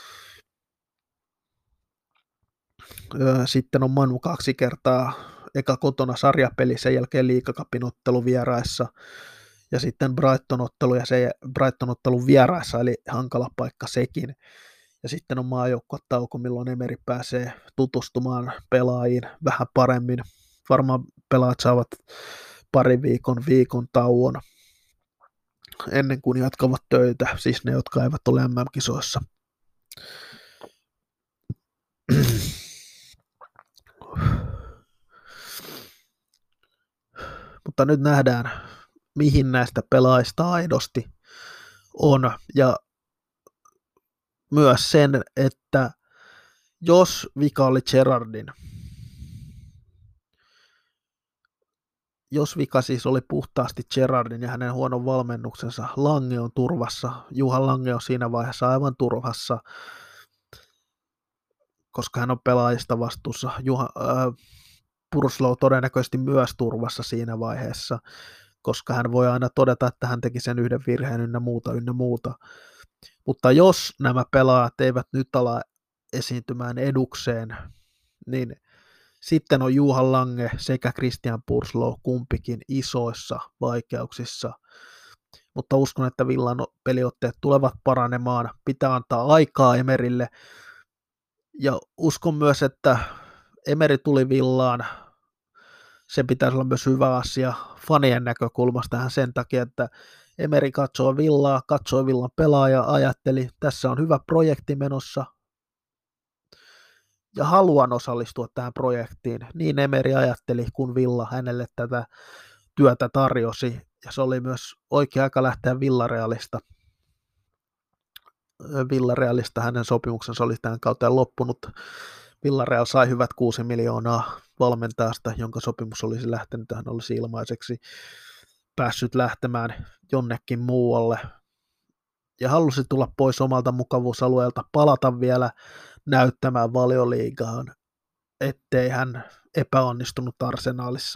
öö, sitten on Manu kaksi kertaa eka kotona sarjapeli, sen jälkeen liigacupin ottelu vieraissa. Ja sitten Brighton-ottelu ja se Brighton-ottelun vieraissa, eli hankala paikka sekin. Ja sitten on maajoukkuetauko, milloin Emery pääsee tutustumaan pelaajiin vähän paremmin. Varmaan pelaajat saavat pari viikon viikon tauon ennen kuin jatkavat töitä, siis ne, jotka eivät ole M M-kisoissa. Mutta nyt nähdään, mihin näistä pelaajista aidosti on, ja myös sen, että jos vika oli Gerrardin, jos vika siis oli puhtaasti Gerrardin ja hänen huonon valmennuksensa, Lange on turvassa, Juha Lange on siinä vaiheessa aivan turvassa, koska hän on pelaajista vastuussa, Juha, äh, Purslow todennäköisesti myös turvassa siinä vaiheessa, koska hän voi aina todeta, että hän teki sen yhden virheen ynnä muuta, ynnä muuta. Mutta jos nämä pelaajat eivät nyt ala esiintymään edukseen, niin sitten on Juha Lange sekä Christian Purslow kumpikin isoissa vaikeuksissa. Mutta uskon, että Villan peliotteet tulevat paranemaan. Pitää antaa aikaa Emerylle. Ja uskon myös, että Emery tuli Villaan. Se pitäisi olla myös hyvä asia fanien näkökulmasta sen takia, että Emery katsoi Villaa, katsoi Villan pelaajaa, ajatteli, tässä on hyvä projekti menossa ja haluan osallistua tähän projektiin. Niin Emery ajatteli, kun Villa hänelle tätä työtä tarjosi, ja se oli myös oikea aika lähteä Villarealista. Villarealista hänen sopimuksensa oli tämän kauteen loppunut. Villareal sai hyvät kuusi miljoonaa valmentajasta, jonka sopimus olisi lähtenyt, hän olisi ilmaiseksi päässyt lähtemään jonnekin muualle. Ja halusi tulla pois omalta mukavuusalueelta, palata vielä näyttämään Valioliigaan, ettei hän epäonnistunut Arsenalissa.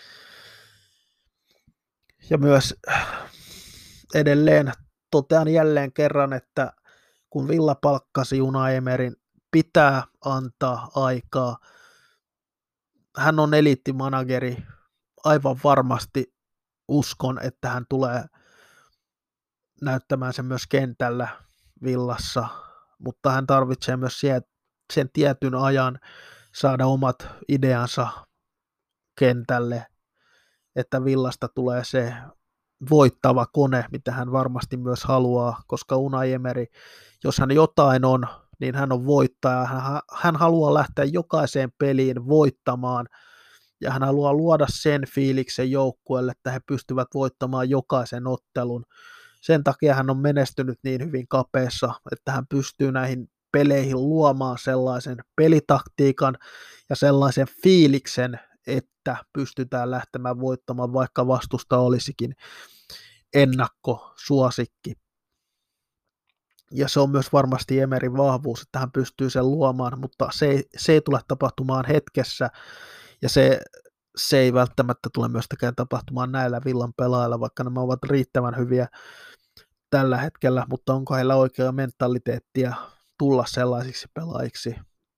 Ja myös edelleen totean jälleen kerran, että kun Villa palkkasi Unai Emeryn, pitää antaa aikaa. Hän on eliittimanageri. Aivan varmasti uskon, että hän tulee näyttämään sen myös kentällä Villassa, mutta hän tarvitsee myös sen tietyn ajan saada omat ideansa kentälle, että Villasta tulee se voittava kone, mitä hän varmasti myös haluaa, koska Unai Emery, jos hän jotain on, niin hän on voittaja. Hän, hän haluaa lähteä jokaiseen peliin voittamaan, ja hän haluaa luoda sen fiiliksen joukkueelle, että he pystyvät voittamaan jokaisen ottelun. Sen takia hän on menestynyt niin hyvin kapeessa, että hän pystyy näihin peleihin luomaan sellaisen pelitaktiikan ja sellaisen fiiliksen, että pystytään lähtemään voittamaan, vaikka vastusta olisikin ennakkosuosikki. Ja se on myös varmasti Emeryn vahvuus, että hän pystyy sen luomaan, mutta se ei, se ei tule tapahtumaan hetkessä, ja se, se ei välttämättä tule myöskään tapahtumaan näillä Villan pelaajilla, vaikka nämä ovat riittävän hyviä tällä hetkellä, mutta onko heillä oikea mentaliteettia tulla sellaisiksi pelaajiksi,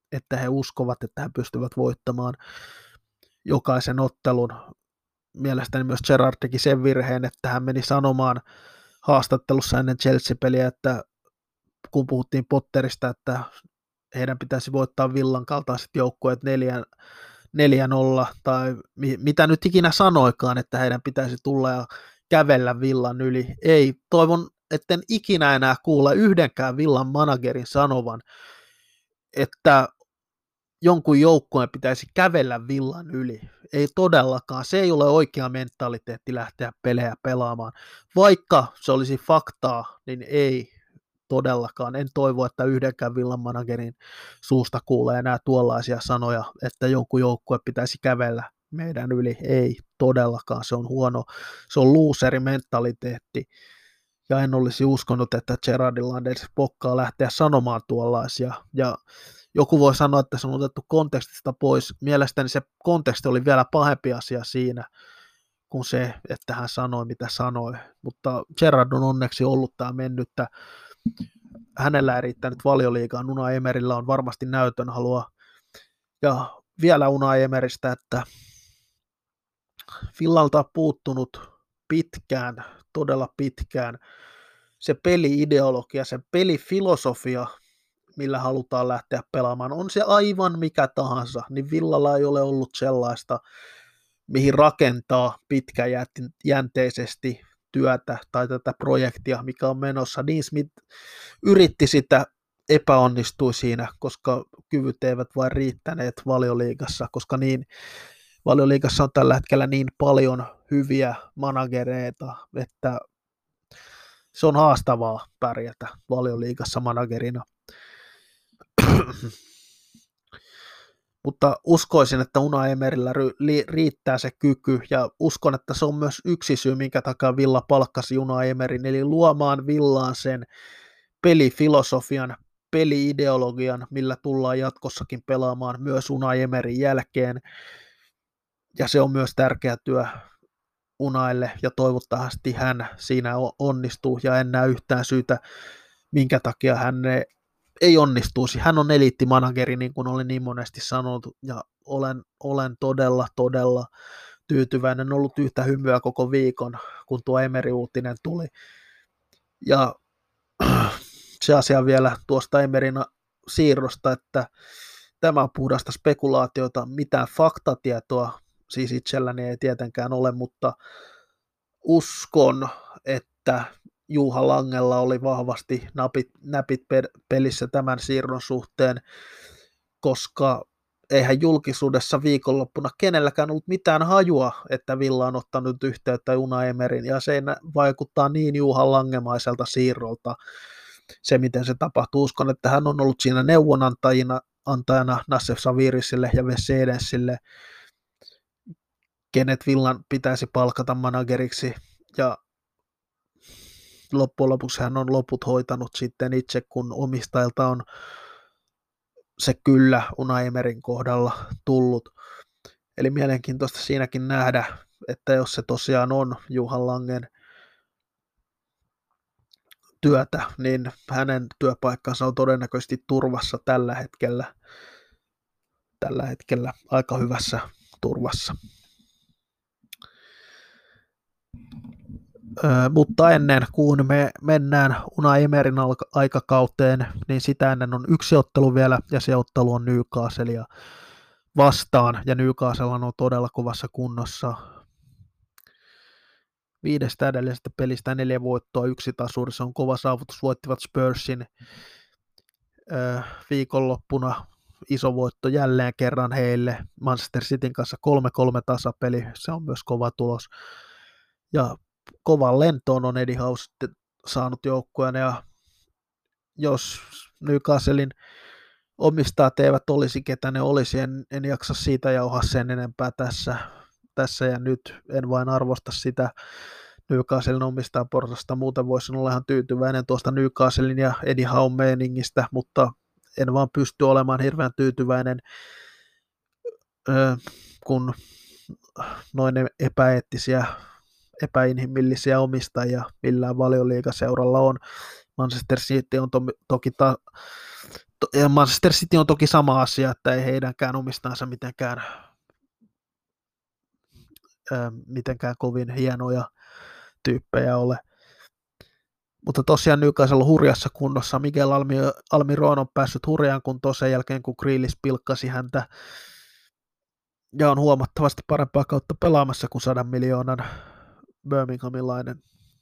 että he uskovat, että he pystyvät voittamaan jokaisen ottelun. Mielestäni myös Gerrard teki sen virheen, että hän meni sanomaan haastattelussa ennen Chelsea-peliä, että kun puhuttiin Potterista, että heidän pitäisi voittaa Villan kaltaiset joukkueet neljä nolla tai mitä nyt ikinä sanoikaan, että heidän pitäisi tulla ja kävellä Villan yli. Ei, toivon, etten ikinä enää kuule yhdenkään Villan managerin sanovan, että jonkun joukkueen pitäisi kävellä Villan yli. Ei todellakaan, se ei ole oikea mentaliteetti lähteä pelejä pelaamaan. Vaikka se olisi faktaa, niin ei todellakaan. En toivo, että yhdenkään Villan managerin suusta kuulee enää tuollaisia sanoja, että jonkun joukkue pitäisi kävellä meidän yli. Ei todellakaan, se on huono, se on looseri-mentaliteetti. Ja en olisi uskonut, että Gerrardilla on edes pokkaa lähteä sanomaan tuollaisia. Ja joku voi sanoa, että se on otettu kontekstista pois. Mielestäni se konteksti oli vielä pahempi asia siinä, kuin se, että hän sanoi, mitä sanoi. Mutta Gerrard on onneksi ollut tämä mennyttä. Hänellä ei riittänyt Valioliigaan. Unai Emeryllä on varmasti näytön halua. Ja vielä Unai Emerystä, että Villalta on puuttunut pitkään, todella pitkään, se peli-ideologia, se pelifilosofia, millä halutaan lähteä pelaamaan. On se aivan mikä tahansa, niin Villalla ei ole ollut sellaista, mihin rakentaa pitkäjänteisesti työtä tai tätä projektia, mikä on menossa. Dean Smith yritti sitä, epäonnistui siinä, koska kyvyt eivät vain riittäneet Valioliigassa, koska niin Valioliigassa on tällä hetkellä niin paljon hyviä managereita, että se on haastavaa pärjätä Valioliigassa managerina. Mutta uskoisin, että Unai Emeryllä riittää se kyky, ja uskon, että se on myös yksi syy, minkä takia Villa palkkasi Unai Emeryn, eli luomaan Villaan sen pelifilosofian, peli-ideologian, millä tullaan jatkossakin pelaamaan myös Unai Emeryn jälkeen, ja se on myös tärkeä työ Unaille, ja toivottavasti hän siinä onnistuu, ja en näe yhtään syytä, minkä takia hän ei onnistuisi. Hän on eliittimanageri, niin kuin olen niin monesti sanonut, ja olen, olen todella, todella tyytyväinen, ollut yhtä hymyä koko viikon, kun tuo Emery-uutinen tuli. Ja se asia vielä tuosta Emeryn siirrosta, että tämä on puhdasta spekulaatiota, mitään faktatietoa siis itselläni ei tietenkään ole, mutta uskon, että Juha Langella oli vahvasti napit, näpit pelissä tämän siirron suhteen, koska eihän julkisuudessa viikonloppuna kenelläkään ollut mitään hajua, että Villa on ottanut yhteyttä Unai Emeryn, ja se vaikuttaa niin Juha Langemaiselta siirrolta, se miten se tapahtuu. Uskon, että hän on ollut siinä neuvonantajina antajana Nassef Savirisille ja Wes Edensille, kenet Villan pitäisi palkata manageriksi, ja loppujen lopuksi hän on loput hoitanut sitten itse, kun omistajilta on se kyllä Unai Emeryn kohdalla tullut. Eli mielenkiintoista siinäkin nähdä, että jos se tosiaan on Juha Langen työtä, niin hänen työpaikkansa on todennäköisesti turvassa tällä hetkellä, tällä hetkellä aika hyvässä turvassa. Ö, mutta ennen kuin me mennään Unai Emeryn aikakauteen, niin sitä ennen on yksi ottelu vielä, ja se ottelu on Newcastlea vastaan, ja Newcastle on todella kovassa kunnossa. Viidestä edellisestä pelistä neljä voittoa, yksi tasuri, se on kova saavutus, voittivat Spursin ö, viikonloppuna, iso voitto jälleen kerran heille, Manchester Cityn kanssa kolme kolme tasapeli, se on myös kova tulos, ja kovan lentoon on Eddie Howe saanut joukkueen, ja jos Newcastlein omistajat eivät olisi, ketä ne olisi, en, en jaksa siitä jauhaa sen enempää tässä, tässä ja nyt, en vain arvosta sitä Newcastlein omistajaportasta, muuten voisin olla ihan tyytyväinen tuosta Newcastlein ja Eddie Howe meiningistä, mutta en vaan pysty olemaan hirveän tyytyväinen, kun noin epäeettisiä, epäinhimillisiä omistajia millään Valioliigaseuralla on. Manchester City on to- toki ta- Ja Manchester City on toki sama asia, että ei heidänkään omistajansa mitenkään, ää, mitenkään kovin hienoja tyyppejä ole. Mutta tosiaan Newcastle on hurjassa kunnossa. Miguel Almiron on päässyt hurjaan kuntoon sen jälkeen, kun Grealish pilkkasi häntä. Ja on huomattavasti parempaa kautta pelaamassa kuin sadan miljoonan Birminghamilainen.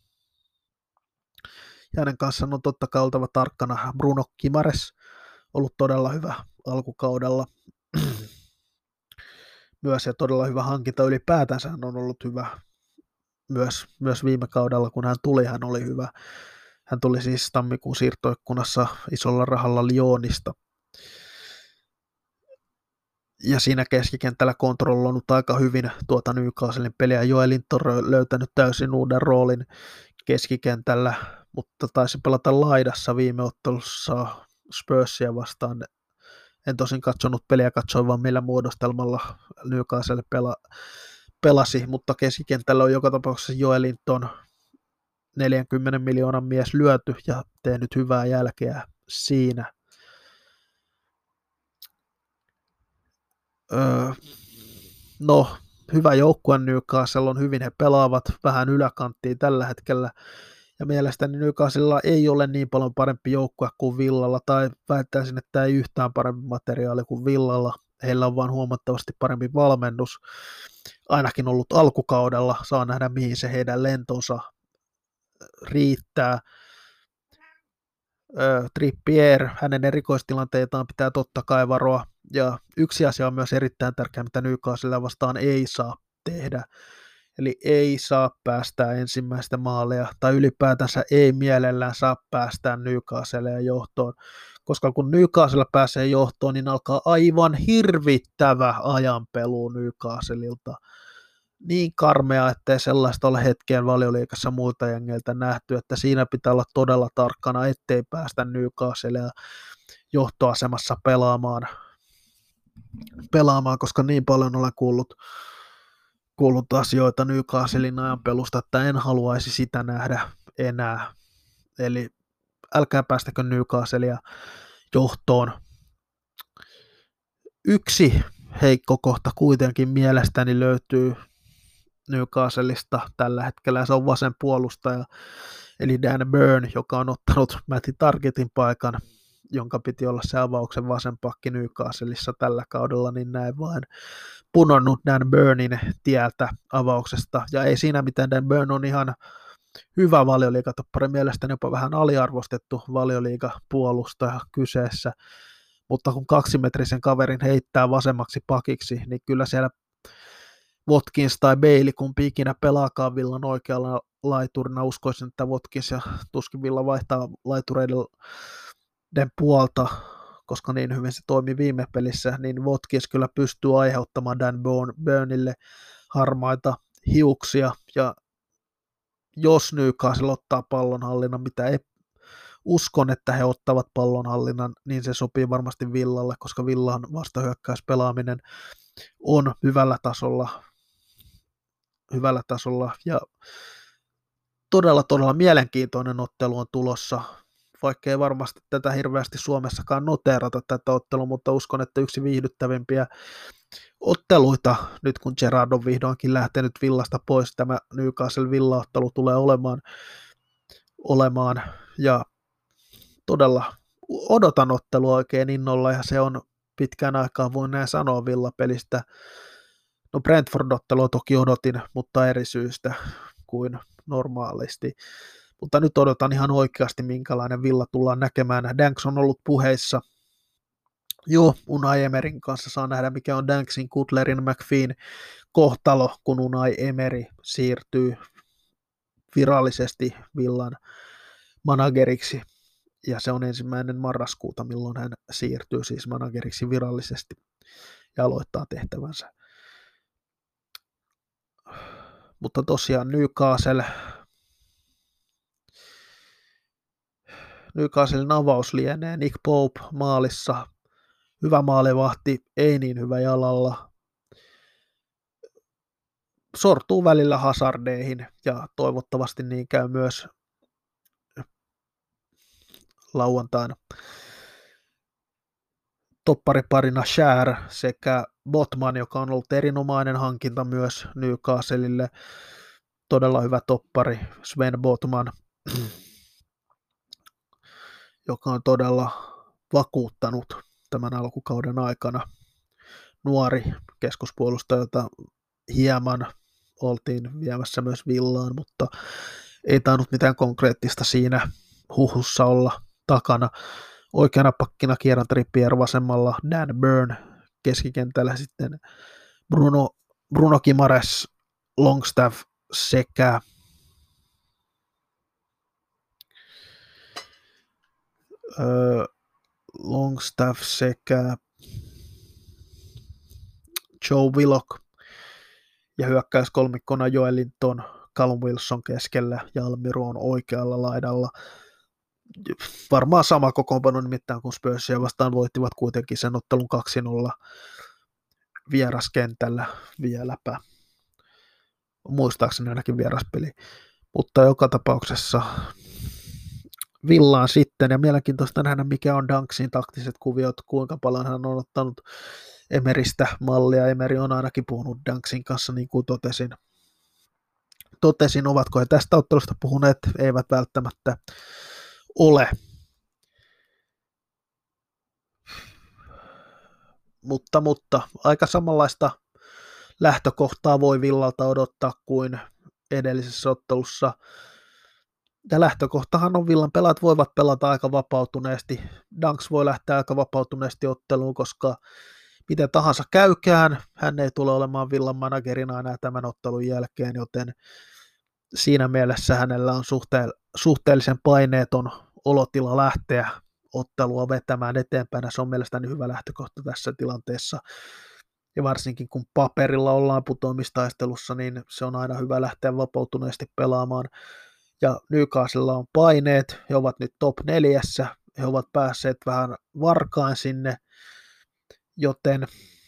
Ja hänen kanssaan on totta kai oltava tarkkana. Bruno Gimares ollut todella hyvä alkukaudella. Myös ja todella hyvä hankinta ylipäätänsä hän on ollut hyvä. Myös, myös viime kaudella, kun hän tuli, hän oli hyvä. Hän tuli siis tammikuun siirtoikkunassa isolla rahalla Lyonista. Ja siinä keskikentällä kontrolloinut aika hyvin tuota Newcastlen peliä. Joelinton on löytänyt täysin uuden roolin keskikentällä, mutta taisi pelata laidassa viime ottelussa Spursia vastaan. En tosin katsonut peliä, katsoin vaan millä muodostelmalla Newcastle pela- pelasi, mutta keskikentällä on joka tapauksessa Joelinton neljänkymmenen miljoonan mies lyöty ja tehnyt hyvää jälkeä siinä. Öö, no, hyvä joukkue Newcastle on hyvin, he pelaavat vähän yläkanttiin tällä hetkellä, ja mielestäni Newcastlella ei ole niin paljon parempi joukkue kuin Villalla, tai väittäisin, että ei yhtään parempi materiaali kuin Villalla, heillä on vaan huomattavasti parempi valmennus, ainakin ollut alkukaudella, saa nähdä mihin se heidän lentonsa riittää. Trippier, hänen erikoistilanteitaan pitää totta kai varoa, ja yksi asia on myös erittäin tärkeä, mitä Newcastlea vastaan ei saa tehdä, eli ei saa päästää ensimmäistä maaleja, tai ylipäätänsä ei mielellään saa päästää Newcastlea johtoon, koska kun Newcastle pääsee johtoon, niin alkaa aivan hirvittävä ajanpelu Newcastlelta. Niin karmea, ettei sellaista ole hetkeen Valioliigassa muilta jengeiltä nähty, että siinä pitää olla todella tarkkana, ettei päästä Newcastlea johtoasemassa pelaamaan, pelaamaan, koska niin paljon olen kuullut, kuullut asioita Newcastlein ajanpelusta, että en haluaisi sitä nähdä enää. Eli älkää päästäkö Newcastlea johtoon. Yksi heikko kohta kuitenkin mielestäni löytyy Newcastlesta tällä hetkellä, ja se on vasen puolustaja, eli Dan Burn, joka on ottanut Matty Targetin paikan, jonka piti olla se avauksen vasen pakki Newcastlessa tällä kaudella, niin näin vain punonnut Dan Burnin tieltä avauksesta, ja ei siinä mitään, Dan Burn on ihan hyvä Valioliigatoppari, mielestäni jopa vähän aliarvostettu Valioliigapuolustaja kyseessä, mutta kun kaksimetrisen kaverin heittää vasemmaksi pakiksi, niin kyllä siellä Watkins tai Bailey, kumpi ikinä pelaakaan Villan oikealla laiturina, uskoisin, että Watkins ja tuskin Villa vaihtaa laitureiden puolta, koska niin hyvin se toimi viime pelissä, niin Watkins kyllä pystyy aiheuttamaan Dan Burnille harmaita hiuksia, ja jos Newcastle ottaa pallonhallinnan, mitä ei uskon, että he ottavat pallonhallinnan, niin se sopii varmasti Villalle, koska Villan vastahyökkäyspelaaminen on hyvällä tasolla, hyvällä tasolla ja todella todella mielenkiintoinen ottelu on tulossa, vaikka ei varmasti tätä hirveästi Suomessakaan noteerata tätä ottelua, mutta uskon, että yksi viihdyttävimpiä otteluita, nyt kun Gerrard on vihdoinkin lähtenyt Villasta pois, tämä Newcastle-Villa-ottelu tulee olemaan, olemaan ja todella odotan ottelua oikein innolla, ja se on pitkään aikaa, voin näin sanoa Villa-pelistä. No Brentford-ottelua toki odotin, mutta eri syystä kuin normaalisti. Mutta nyt odotan ihan oikeasti, minkälainen Villa tullaan näkemään. Danks on ollut puheissa. Joo, Unai Emeryn kanssa saa nähdä, mikä on Danksin, Cutlerin, McPheen kohtalo, kun Unai Emery siirtyy virallisesti Villan manageriksi. Ja se on ensimmäinen marraskuuta, milloin hän siirtyy siis manageriksi virallisesti ja aloittaa tehtävänsä. Mutta tosiaan Newcastle, Newcastlen avaus lienee Nick Pope maalissa. Hyvä maalivahti, ei niin hyvä jalalla. Sortuu välillä hazardeihin ja toivottavasti niin käy myös lauantaina. toppariparina Share sekä Botman, joka on ollut erinomainen hankinta myös Newcastlelle. Todella hyvä toppari Sven Botman, joka on todella vakuuttanut tämän alkukauden aikana. Nuori keskuspuolustaja, jota hieman oltiin viemässä myös Villaan, mutta ei tainnut mitään konkreettista siinä huhussa olla takana. Oikeana pakkina Kieran Trippier, vasemmalla Dan Burn, keskikentällä sitten Bruno, Bruno Guimaraes, Longstaff sekä öö, Longstaff sekä Joe Willock ja hyökkäyskolmikkona Joelinton, Callum Wilson keskellä ja Almiron oikealla laidalla. Varmaan sama kokoonpano nimittäin kuin Spursia vastaan, voittivat kuitenkin sen ottelun kaksi nolla vieraskentällä vieläpä. Muistaakseni ainakin vieraspeli. Mutta joka tapauksessa Villaan sitten, ja mielenkiintoista nähdä, mikä on Dunksin taktiset kuviot, kuinka paljon hän on ottanut Emeristä mallia. Emeri on ainakin puhunut Dunksin kanssa, niin kuin totesin. Totesin, ovatko he tästä ottelusta puhuneet, eivät välttämättä ole. Mutta, mutta aika samanlaista lähtökohtaa voi Villalta odottaa kuin edellisessä ottelussa. Ja lähtökohtahan on Villan pelaat voivat pelata aika vapautuneesti. Dunks voi lähteä aika vapautuneesti otteluun, koska miten tahansa käykään, hän ei tule olemaan Villan managerina enää tämän ottelun jälkeen, joten siinä mielessä hänellä on suhte- suhteellisen paineeton olotila lähteä ottelua vetämään eteenpäin, ja se on mielestäni hyvä lähtökohta tässä tilanteessa. Ja varsinkin kun paperilla ollaan putoamistaistelussa, niin se on aina hyvä lähteä vapautuneesti pelaamaan. Ja Newcastlella on paineet, he ovat nyt top neljässä, he ovat päässeet vähän varkaan sinne, joten,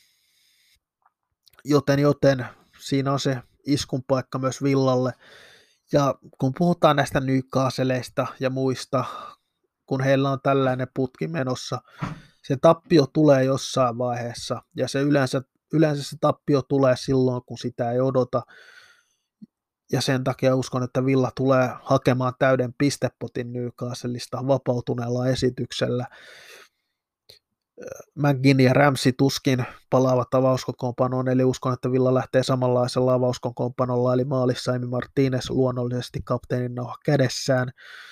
joten, joten siinä on se iskun paikka myös Villalle. Ja kun puhutaan näistä Newcastleista ja muista, kun heillä on tällainen putki menossa, se tappio tulee jossain vaiheessa, ja se yleensä, yleensä se tappio tulee silloin, kun sitä ei odota, ja sen takia uskon, että Villa tulee hakemaan täyden pistepotin Newcastlesta vapautuneella esityksellä. McGinn ja Ramsey tuskin palaavat avauskokoonpanoon, eli uskon, että Villa lähtee samanlaisella avauskokoonpanolla, eli maalissa Emi Martinez luonnollisesti kapteenin nauha kädessään.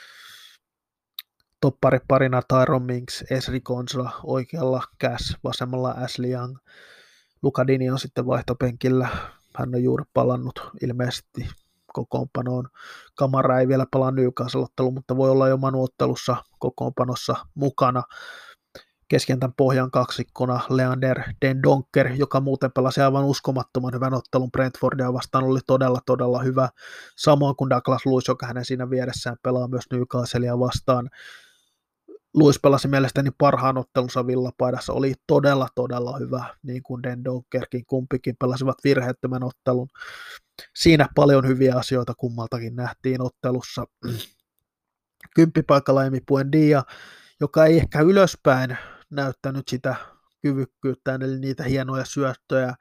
Toppariparina Tyrone Mings, Esri Konsa, oikealla Cash, vasemmalla Ashley Young. Luca Dini on sitten vaihtopenkillä, hän on juuri palannut ilmeisesti kokoonpanoon. Kamara ei vielä palaa Newcastle-otteluun, mutta voi olla jo Manu-ottelussa kokoonpanossa mukana. Keskentän pohjan kaksikkona Leander Dendoncker, joka muuten pelasi aivan uskomattoman hyvän ottelun Brentfordia vastaan, oli todella todella hyvä. Samoin kuin Douglas Luiz, joka hänen siinä vieressään pelaa myös Newcastlea vastaan. Luiz pelasi mielestäni parhaan ottelunsa Villapaidassa, oli todella todella hyvä, niin kuin Dendonckerkin, kumpikin pelasivat virheettömän ottelun. Siinä paljon hyviä asioita kummaltakin nähtiin ottelussa. Kymppipaikalla Emi Buendia, joka ei ehkä ylöspäin näyttänyt sitä kyvykkyyttä, eli niitä hienoja syöttöjä,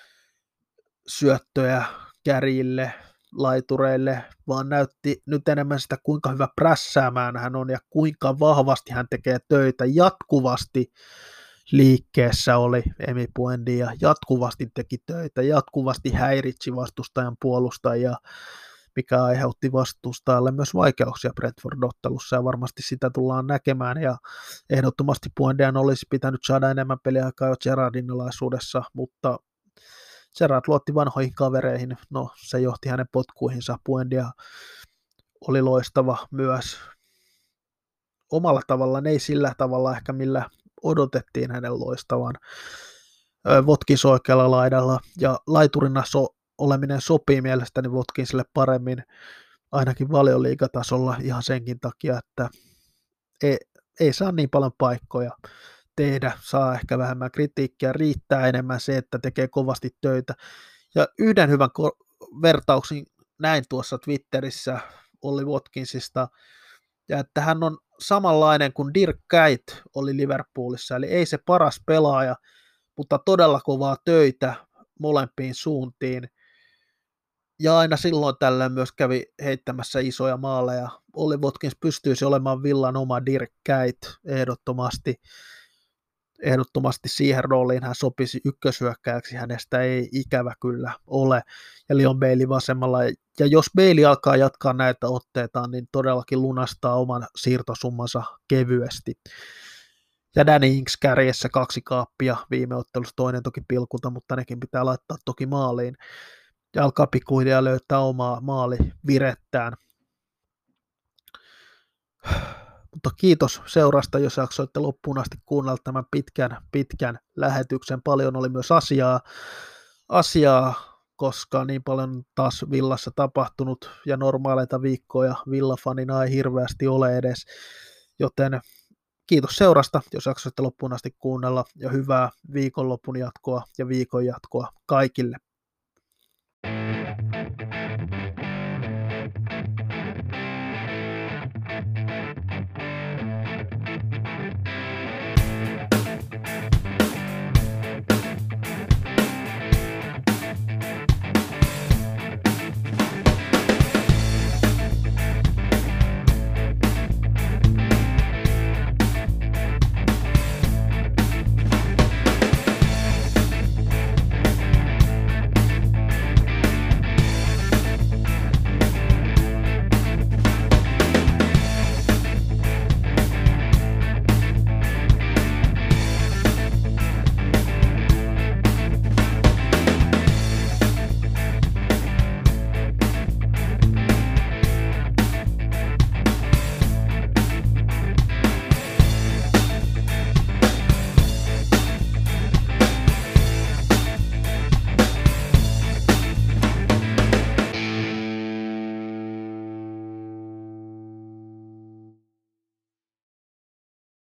syöttöjä kärjille, laitureille, vaan näytti nyt enemmän sitä, kuinka hyvä prässäämään hän on ja kuinka vahvasti hän tekee töitä. Jatkuvasti liikkeessä oli Emi Buendia, jatkuvasti teki töitä, jatkuvasti häiritsi vastustajan puolustajia, mikä aiheutti vastustajalle myös vaikeuksia Brentford-ottelussa, ja varmasti sitä tullaan näkemään, ja ehdottomasti Buendian olisi pitänyt saada enemmän peliaikaa jo Gerrardin alaisuudessa, mutta Gerrard luotti vanhoihin kavereihin, no se johti hänen potkuihinsa. Buendia oli loistava myös omalla tavallaan, ei sillä tavalla ehkä millä odotettiin hänen loistavan. Watkins oikealla laidalla, ja laiturina so, oleminen sopii mielestäni Watkinsille paremmin, ainakin Valioliigatasolla ihan senkin takia, että ei, ei saa niin paljon paikkoja tehdä, saa ehkä vähemmän kritiikkiä, riittää enemmän se, että tekee kovasti töitä. Ja yhden hyvän ko- vertauksen näin tuossa Twitterissä Olli Watkinsista, ja että hän on samanlainen kuin Dirk Kuyt oli Liverpoolissa, eli ei se paras pelaaja, mutta todella kovaa töitä molempiin suuntiin, ja aina silloin tällöin myös kävi heittämässä isoja maaleja. Ollie Watkins pystyisi olemaan Villan oma Dirk Kuyt ehdottomasti, ehdottomasti siihen rooliin hän sopisi ykköshyökkääjäksi, hänestä ei ikävä kyllä ole, ja Leon Bailey vasemmalla, ja jos Bailey alkaa jatkaa näitä otteitaan, niin todellakin lunastaa oman siirtosummansa kevyesti. Ja Danny Ings kärjessä kaksi kaappia viime ottelussa, toinen toki pilkulta, mutta nekin pitää laittaa toki maaliin, ja alkaa pikkuhiljaa löytää omaa maalivirettään. Mutta kiitos seurasta, jos jaksoitte loppuun asti kuunnella tämän pitkän, pitkän lähetyksen. Paljon oli myös asiaa, asiaa, koska niin paljon taas Villassa tapahtunut ja normaaleita viikkoja Villafanina ei hirveästi ole edes. Joten kiitos seurasta, jos jaksoitte loppuun asti kuunnella, ja hyvää viikonlopun jatkoa ja viikon jatkoa kaikille.